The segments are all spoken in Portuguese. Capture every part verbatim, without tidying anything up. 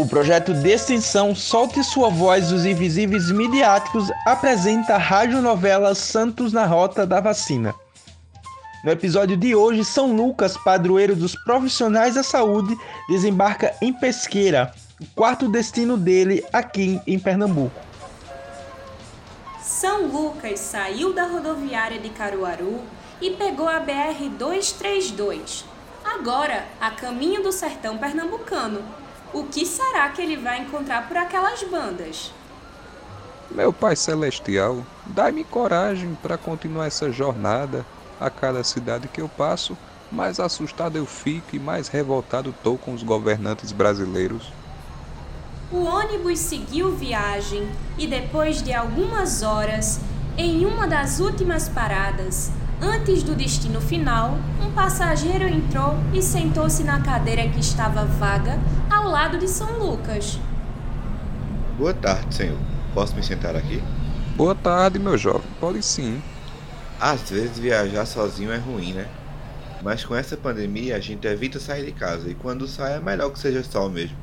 O projeto de extensão Solte Sua Voz dos Invisíveis Midiáticos apresenta a radionovela Santos na Rota da Vacina. No episódio de hoje, São Lucas, padroeiro dos profissionais da saúde, desembarca em Pesqueira, o quarto destino dele aqui em Pernambuco. São Lucas saiu da rodoviária de Caruaru e pegou a B R duzentos e trinta e dois, agora a caminho do sertão pernambucano. O que será que ele vai encontrar por aquelas bandas? Meu Pai Celestial, dai-me coragem para continuar essa jornada. A cada cidade que eu passo, mais assustado eu fico e mais revoltado estou com os governantes brasileiros. O ônibus seguiu viagem e depois de algumas horas, em uma das últimas paradas, antes do destino final, um passageiro entrou e sentou-se na cadeira que estava vaga ao lado de São Lucas. Boa tarde, senhor. Posso me sentar aqui? Boa tarde, meu jovem. Pode sim. Às vezes viajar sozinho é ruim, né? Mas com essa pandemia a gente evita sair de casa e quando sai é melhor que seja só mesmo.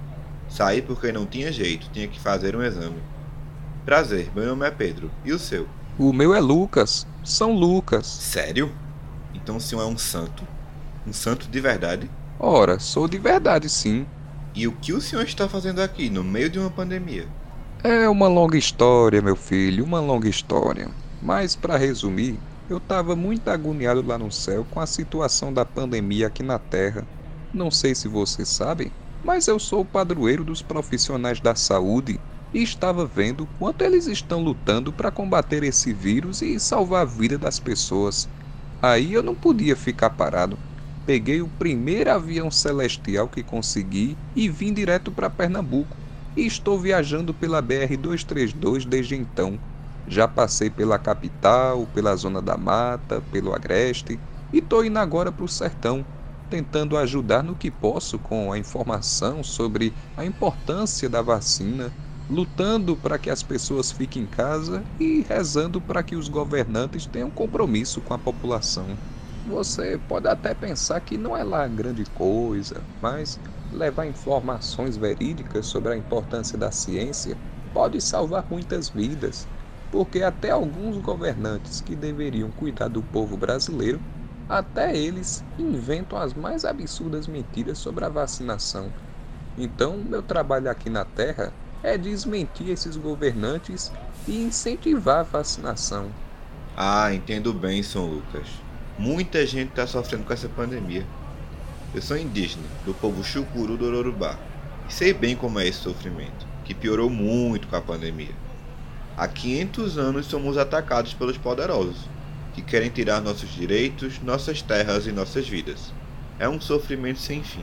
Saí porque não tinha jeito, tinha que fazer um exame. Prazer, meu nome é Pedro. E o seu? O meu é Lucas. São Lucas. Sério? Então o senhor é um santo? Um santo de verdade? Ora, sou de verdade, sim. E o que o senhor está fazendo aqui, no meio de uma pandemia? É uma longa história, meu filho, uma longa história. Mas, para resumir, eu estava muito agoniado lá no céu com a situação da pandemia aqui na Terra. Não sei se vocês sabem, mas eu sou o padroeiro dos profissionais da saúde e estava vendo quanto eles estão lutando para combater esse vírus e salvar a vida das pessoas. Aí eu não podia ficar parado. Peguei o primeiro avião celestial que consegui e vim direto para Pernambuco. E estou viajando pela B R duzentos e trinta e dois desde então. Já passei pela capital, pela Zona da Mata, pelo Agreste e estou indo agora para o sertão, tentando ajudar no que posso com a informação sobre a importância da vacina, lutando para que as pessoas fiquem em casa e rezando para que os governantes tenham compromisso com a população. Você pode até pensar que não é lá grande coisa, mas levar informações verídicas sobre a importância da ciência pode salvar muitas vidas. Porque até alguns governantes que deveriam cuidar do povo brasileiro, até eles inventam as mais absurdas mentiras sobre a vacinação. Então, meu trabalho aqui na Terra é desmentir esses governantes e incentivar a vacinação. Ah, entendo bem, São Lucas. Muita gente está sofrendo com essa pandemia. Eu sou indígena, do povo Chucuru do Ororubá, e sei bem como é esse sofrimento, que piorou muito com a pandemia. Há quinhentos anos somos atacados pelos poderosos, que querem tirar nossos direitos, nossas terras e nossas vidas. É um sofrimento sem fim.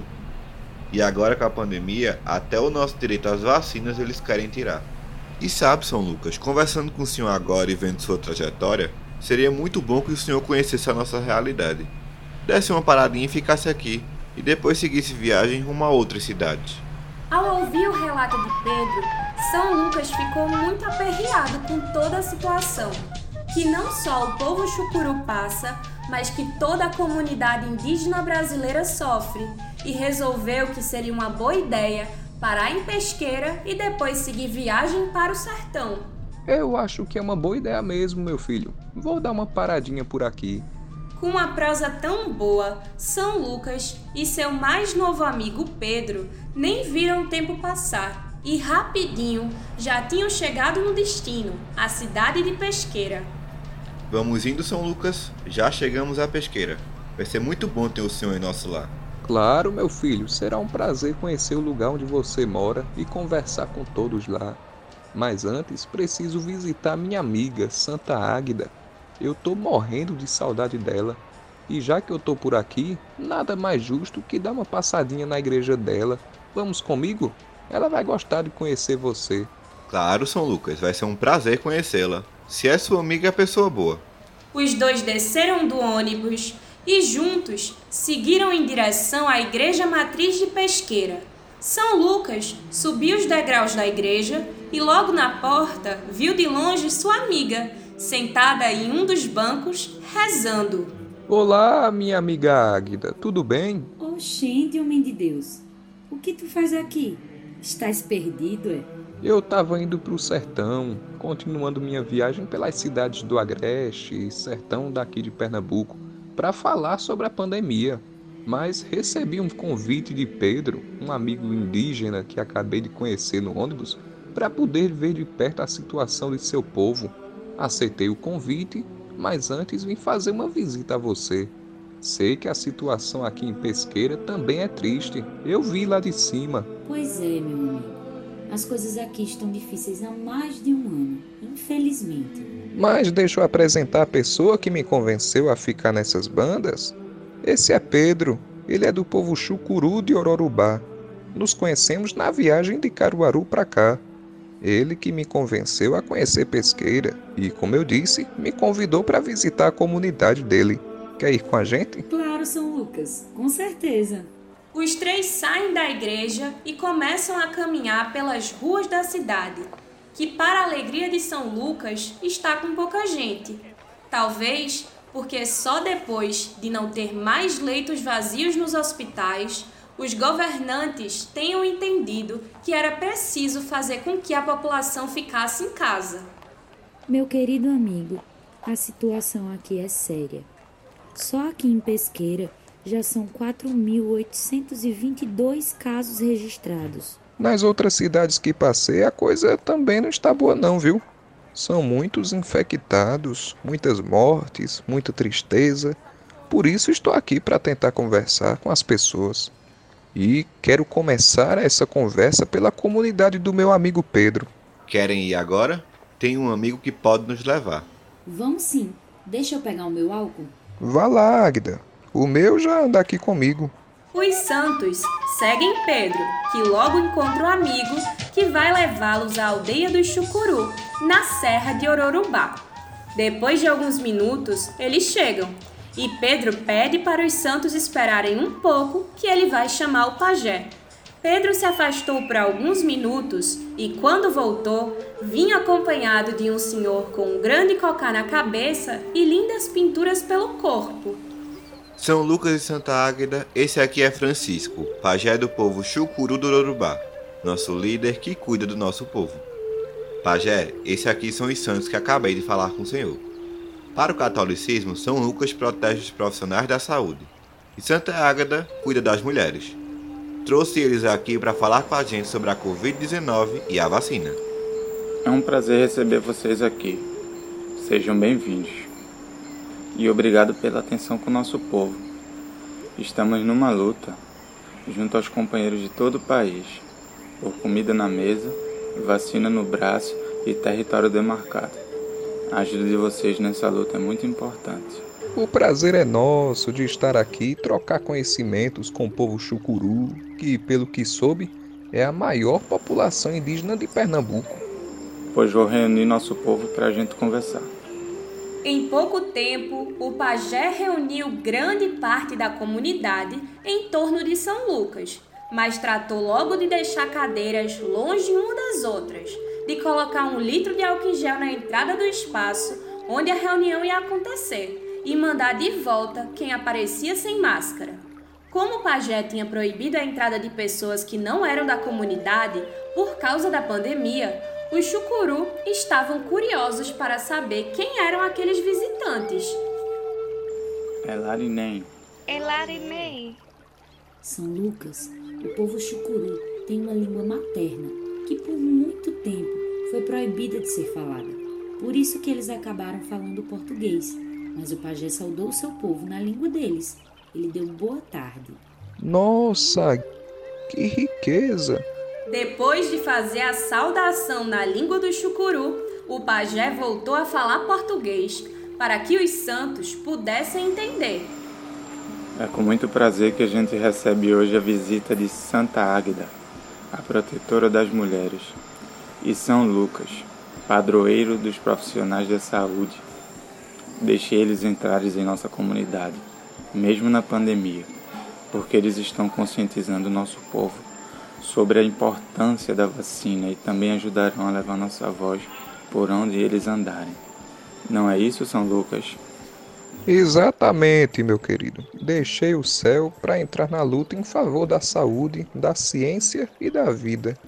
E agora com a pandemia, até o nosso direito às vacinas eles querem tirar. E sabe, São Lucas, conversando com o senhor agora e vendo sua trajetória, seria muito bom que o senhor conhecesse a nossa realidade. Desse uma paradinha e ficasse aqui, e depois seguisse viagem rumo a outras cidades. Ao ouvir o relato de Pedro, São Lucas ficou muito aperreado com toda a situação, que não só o povo chucuru passa, mas que toda a comunidade indígena brasileira sofre, e resolveu que seria uma boa ideia parar em Pesqueira e depois seguir viagem para o sertão. Eu acho que é uma boa ideia mesmo, meu filho. Vou dar uma paradinha por aqui. Com uma prosa tão boa, São Lucas e seu mais novo amigo Pedro nem viram o tempo passar e rapidinho já tinham chegado no destino, a cidade de Pesqueira. Vamos indo, São Lucas. Já chegamos à Pesqueira. Vai ser muito bom ter o senhor em nosso lar. Claro, meu filho, será um prazer conhecer o lugar onde você mora e conversar com todos lá. Mas antes, preciso visitar minha amiga, Santa Águida. Eu tô morrendo de saudade dela. E já que eu tô por aqui, nada mais justo que dar uma passadinha na igreja dela. Vamos comigo? Ela vai gostar de conhecer você. Claro, São Lucas, vai ser um prazer conhecê-la. Se é sua amiga, é pessoa boa. Os dois desceram do ônibus e juntos seguiram em direção à igreja matriz de Pesqueira. São Lucas subiu os degraus da igreja e logo na porta viu de longe sua amiga, sentada em um dos bancos, rezando. Olá, minha amiga Águida, tudo bem? Oxente, homem de Deus, o que tu faz aqui? Estás perdido, é? Eu estava indo para o sertão, continuando minha viagem pelas cidades do Agreste e sertão daqui de Pernambuco, para falar sobre a pandemia. Mas recebi um convite de Pedro, um amigo indígena que acabei de conhecer no ônibus, para poder ver de perto a situação de seu povo. Aceitei o convite, mas antes vim fazer uma visita a você. Sei que a situação aqui em Pesqueira também é triste. Eu vi lá de cima. Pois é, meu amigo. As coisas aqui estão difíceis há mais de um ano, infelizmente. Mas deixa eu apresentar a pessoa que me convenceu a ficar nessas bandas. Esse é Pedro. Ele é do povo Chucuru de Ororubá. Nos conhecemos na viagem de Caruaru para cá. Ele que me convenceu a conhecer Pesqueira e, como eu disse, me convidou para visitar a comunidade dele. Quer ir com a gente? Claro, São Lucas, com certeza. Os três saem da igreja e começam a caminhar pelas ruas da cidade, que, para a alegria de São Lucas, está com pouca gente. Talvez porque só depois de não ter mais leitos vazios nos hospitais, os governantes tenham entendido que era preciso fazer com que a população ficasse em casa. Meu querido amigo, a situação aqui é séria. Só aqui em Pesqueira já são quatro mil oitocentos e vinte e dois casos registrados. Nas outras cidades que passei, a coisa também não está boa não, viu? São muitos infectados, muitas mortes, muita tristeza. Por isso estou aqui para tentar conversar com as pessoas. E quero começar essa conversa pela comunidade do meu amigo Pedro. Querem ir agora? Tem um amigo que pode nos levar. Vamos sim. Deixa eu pegar o meu álcool. Vá lá, Águida. O meu já anda aqui comigo. Os santos seguem Pedro, que logo encontra um amigo que vai levá-los à aldeia do Chucuru, na serra de Ororubá. Depois de alguns minutos, eles chegam e Pedro pede para os santos esperarem um pouco que ele vai chamar o pajé. Pedro se afastou por alguns minutos e, quando voltou, vinha acompanhado de um senhor com um grande cocá na cabeça e lindas pinturas pelo corpo. São Lucas e Santa Águeda, esse aqui é Francisco, pajé do povo Chucuru do Ororubá, nosso líder que cuida do nosso povo. Pajé, esse aqui são os santos que acabei de falar com o Senhor. Para o catolicismo, São Lucas protege os profissionais da saúde e Santa Águeda cuida das mulheres. Trouxe eles aqui para falar com a gente sobre a covid dezenove e a vacina. É um prazer receber vocês aqui. Sejam bem-vindos. E obrigado pela atenção com o nosso povo. Estamos numa luta, junto aos companheiros de todo o país, por comida na mesa, vacina no braço e território demarcado. A ajuda de vocês nessa luta é muito importante. O prazer é nosso de estar aqui e trocar conhecimentos com o povo Chucuru, que, pelo que soube, é a maior população indígena de Pernambuco. Pois vou reunir nosso povo para a gente conversar. Em pouco tempo, o pajé reuniu grande parte da comunidade em torno de São Lucas, mas tratou logo de deixar cadeiras longe uma das outras, de colocar um litro de álcool em gel na entrada do espaço onde a reunião ia acontecer e mandar de volta quem aparecia sem máscara. Como o pajé tinha proibido a entrada de pessoas que não eram da comunidade por causa da pandemia, os Chucuru estavam curiosos para saber quem eram aqueles visitantes. É Lariném. É Lariném. São Lucas, o povo Chucuru tem uma língua materna que por muito tempo foi proibida de ser falada. Por isso que eles acabaram falando português. Mas o pajé saudou seu povo na língua deles. Ele deu boa tarde. Nossa, que riqueza! Depois de fazer a saudação na língua do Chucuru, o pajé voltou a falar português para que os santos pudessem entender. É com muito prazer que a gente recebe hoje a visita de Santa Águeda, a protetora das mulheres, e São Lucas, padroeiro dos profissionais da saúde. Deixe eles entrarem em nossa comunidade, mesmo na pandemia, porque eles estão conscientizando o nosso povo sobre a importância da vacina e também ajudarão a levar nossa voz por onde eles andarem. Não é isso, São Lucas? Exatamente, meu querido. Deixei o céu para entrar na luta em favor da saúde, da ciência e da vida.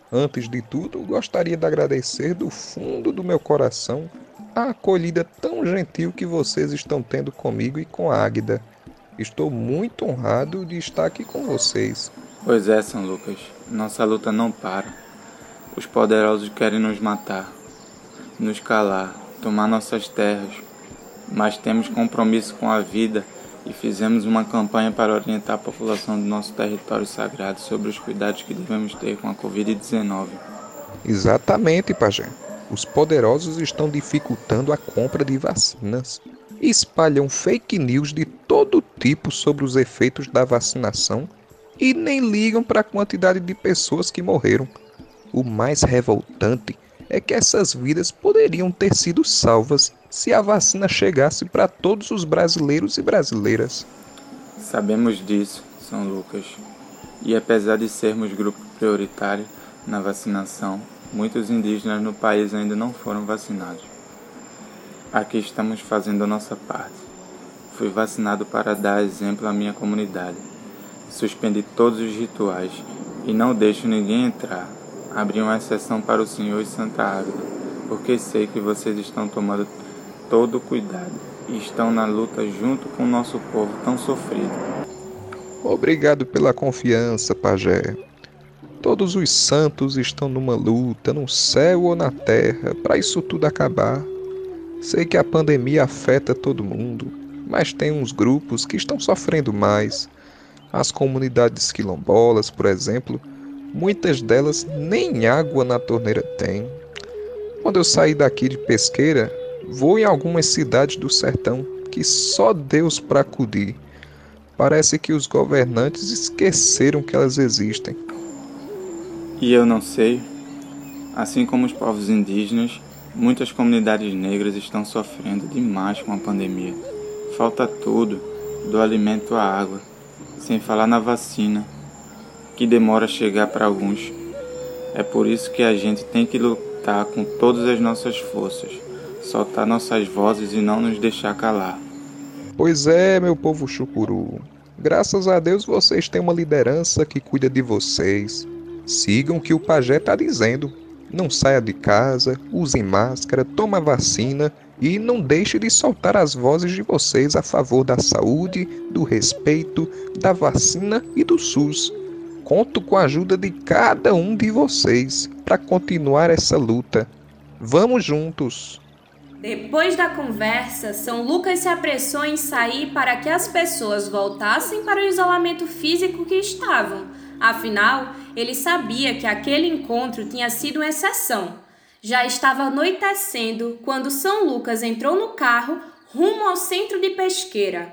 Antes de tudo, gostaria de agradecer do fundo do meu coração a acolhida tão gentil que vocês estão tendo comigo e com a Águida. Estou muito honrado de estar aqui com vocês. Pois é, São Lucas, nossa luta não para. Os poderosos querem nos matar, nos calar, tomar nossas terras, mas temos compromisso com a vida e fizemos uma campanha para orientar a população do nosso território sagrado sobre os cuidados que devemos ter com a covid dezenove. Exatamente, pajé. Os poderosos estão dificultando a compra de vacinas. Espalham fake news de todo tipo sobre os efeitos da vacinação e nem ligam para a quantidade de pessoas que morreram. O mais revoltante é que essas vidas poderiam ter sido salvas se a vacina chegasse para todos os brasileiros e brasileiras. Sabemos disso, São Lucas. E apesar de sermos grupo prioritário na vacinação, muitos indígenas no país ainda não foram vacinados. Aqui estamos fazendo a nossa parte. Fui vacinado para dar exemplo à minha comunidade. Suspendi todos os rituais e não deixo ninguém entrar. Abri uma exceção para o Senhor e Santa Águida, porque sei que vocês estão tomando todo o cuidado e estão na luta junto com o nosso povo tão sofrido. Obrigado pela confiança, pajé. Todos os santos estão numa luta, no céu ou na terra, para isso tudo acabar. Sei que a pandemia afeta todo mundo, mas tem uns grupos que estão sofrendo mais. As comunidades quilombolas, por exemplo, muitas delas nem água na torneira têm. Quando eu saí daqui de Pesqueira, vou em algumas cidades do sertão que só Deus para acudir. Parece que os governantes esqueceram que elas existem. E eu não sei, assim como os povos indígenas, muitas comunidades negras estão sofrendo demais com a pandemia. Falta tudo, do alimento à água, sem falar na vacina, que demora a chegar para alguns. É por isso que a gente tem que lutar com todas as nossas forças, soltar nossas vozes e não nos deixar calar. Pois é, meu povo chucuru. Graças a Deus vocês têm uma liderança que cuida de vocês. Sigam o que o pajé está dizendo. Não saia de casa, use máscara, tome vacina e não deixe de soltar as vozes de vocês a favor da saúde, do respeito, da vacina e do SUS. Conto com a ajuda de cada um de vocês para continuar essa luta. Vamos juntos! Depois da conversa, São Lucas se apressou em sair para que as pessoas voltassem para o isolamento físico que estavam. Afinal, ele sabia que aquele encontro tinha sido uma exceção. Já estava anoitecendo quando São Lucas entrou no carro rumo ao centro de Pesqueira.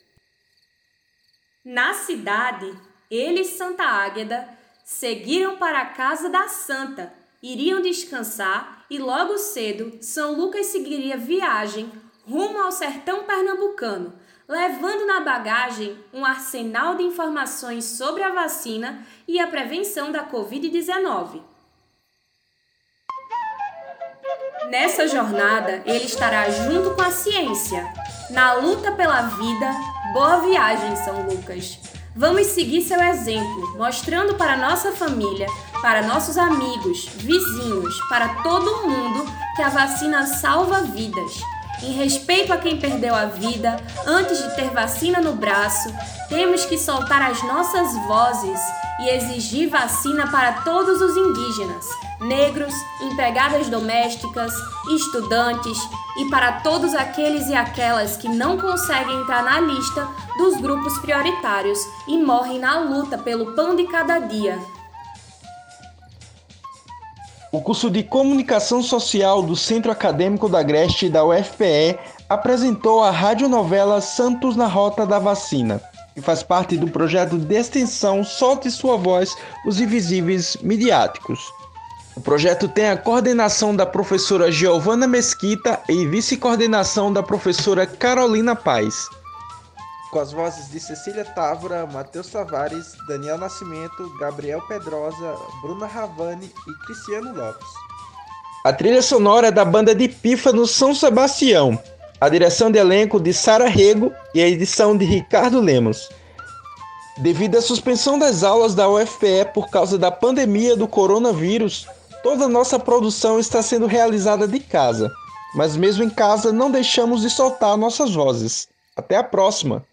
Na cidade, ele e Santa Águeda seguiram para a casa da Santa, iriam descansar e logo cedo São Lucas seguiria viagem rumo ao sertão pernambucano, levando na bagagem um arsenal de informações sobre a vacina e a prevenção da covid dezenove. Nessa jornada, ele estará junto com a ciência. Na luta pela vida, boa viagem, São Lucas! Vamos seguir seu exemplo, mostrando para nossa família, para nossos amigos, vizinhos, para todo mundo que a vacina salva vidas. Em respeito a quem perdeu a vida antes de ter vacina no braço, temos que soltar as nossas vozes e exigir vacina para todos os indígenas, negros, empregadas domésticas, estudantes e para todos aqueles e aquelas que não conseguem entrar na lista dos grupos prioritários e morrem na luta pelo pão de cada dia. O curso de Comunicação Social do Centro Acadêmico da Agreste da U F P E apresentou a radionovela Santos na Rota da Vacina, que faz parte do projeto de extensão Solte Sua Voz, os Invisíveis Midiáticos. O projeto tem a coordenação da professora Giovana Mesquita e vice-coordenação da professora Carolina Paz. Com as vozes de Cecília Távora, Matheus Tavares, Daniel Nascimento, Gabriel Pedrosa, Bruna Ravani e Cristiano Lopes. A trilha sonora é da banda de Pífano São Sebastião, a direção de elenco de Sara Rego e a edição de Ricardo Lemos. Devido à suspensão das aulas da U F P E por causa da pandemia do coronavírus, toda a nossa produção está sendo realizada de casa. Mas mesmo em casa, não deixamos de soltar nossas vozes. Até a próxima!